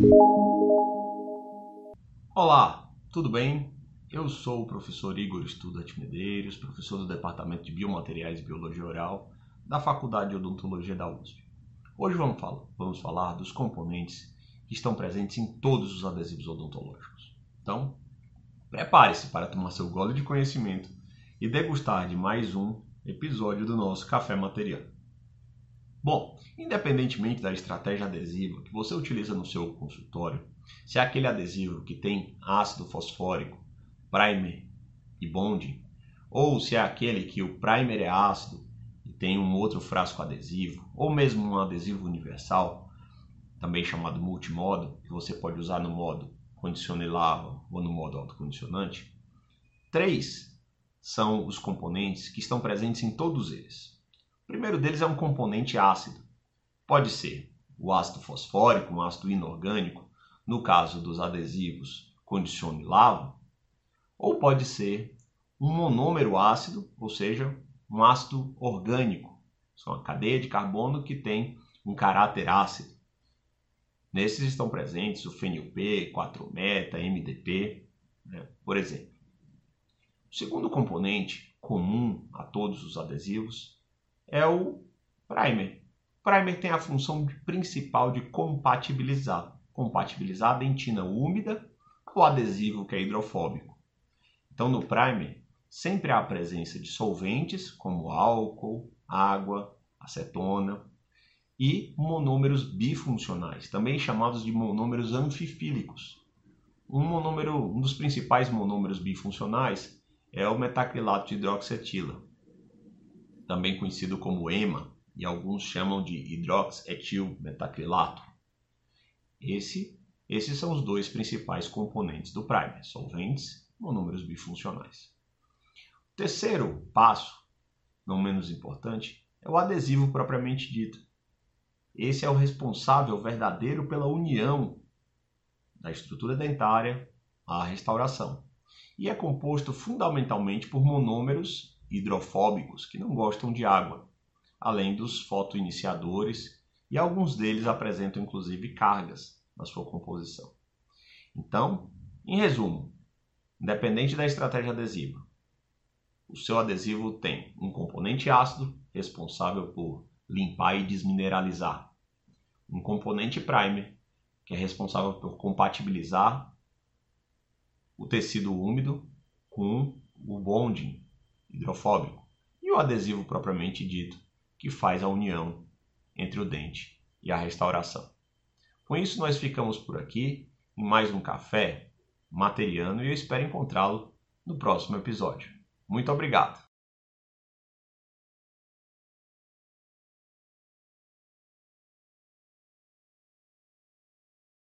Olá, tudo bem? Eu sou o professor Igor Studart Medeiros, professor do Departamento de Biomateriais e Biologia Oral da Faculdade de Odontologia da USP. Hoje vamos falar dos componentes que estão presentes em todos os adesivos odontológicos. Então, prepare-se para tomar seu gole de conhecimento e degustar de mais um episódio do nosso Café Materiano. Bom, independentemente da estratégia adesiva que você utiliza no seu consultório, se é aquele adesivo que tem ácido fosfórico, primer e bonding, ou se é aquele que o primer é ácido e tem um outro frasco adesivo, ou mesmo um adesivo universal, também chamado multimodo, que você pode usar no modo condicione lava ou no modo autocondicionante, 3 são os componentes que estão presentes em todos eles. O primeiro deles é um componente ácido. Pode ser o ácido fosfórico, um ácido inorgânico, no caso dos adesivos condicione lava, ou pode ser um monômero ácido, ou seja, um ácido orgânico. São uma cadeia de carbono que tem um caráter ácido. Nesses estão presentes o fenil-P, 4-meta, MDP, por exemplo. O segundo componente comum a todos os adesivos é o primer. O primer tem a função principal de compatibilizar a dentina úmida ao adesivo que é hidrofóbico. Então, no primer, sempre há a presença de solventes, como álcool, água, acetona, e monômeros bifuncionais, também chamados de monômeros anfifílicos. Um dos principais monômeros bifuncionais é o metacrilato de hidroxietila, também conhecido como EMA, e alguns chamam de hidroxietilmetacrilato. Esses são os dois principais componentes do primer, solventes e monômeros bifuncionais. O terceiro passo, não menos importante, é o adesivo propriamente dito. Esse é o responsável verdadeiro pela união da estrutura dentária à restauração. E é composto fundamentalmente por monômeros hidrofóbicos que não gostam de água, além dos fotoiniciadores, e alguns deles apresentam inclusive cargas na sua composição. Então, em resumo, independente da estratégia adesiva, o seu adesivo tem um componente ácido responsável por limpar e desmineralizar, um componente primer que é responsável por compatibilizar o tecido úmido com o bonding hidrofóbico e o adesivo propriamente dito, que faz a união entre o dente e a restauração. Com isso, nós ficamos por aqui em mais um Café Materiano e eu espero encontrá-lo no próximo episódio. Muito obrigado!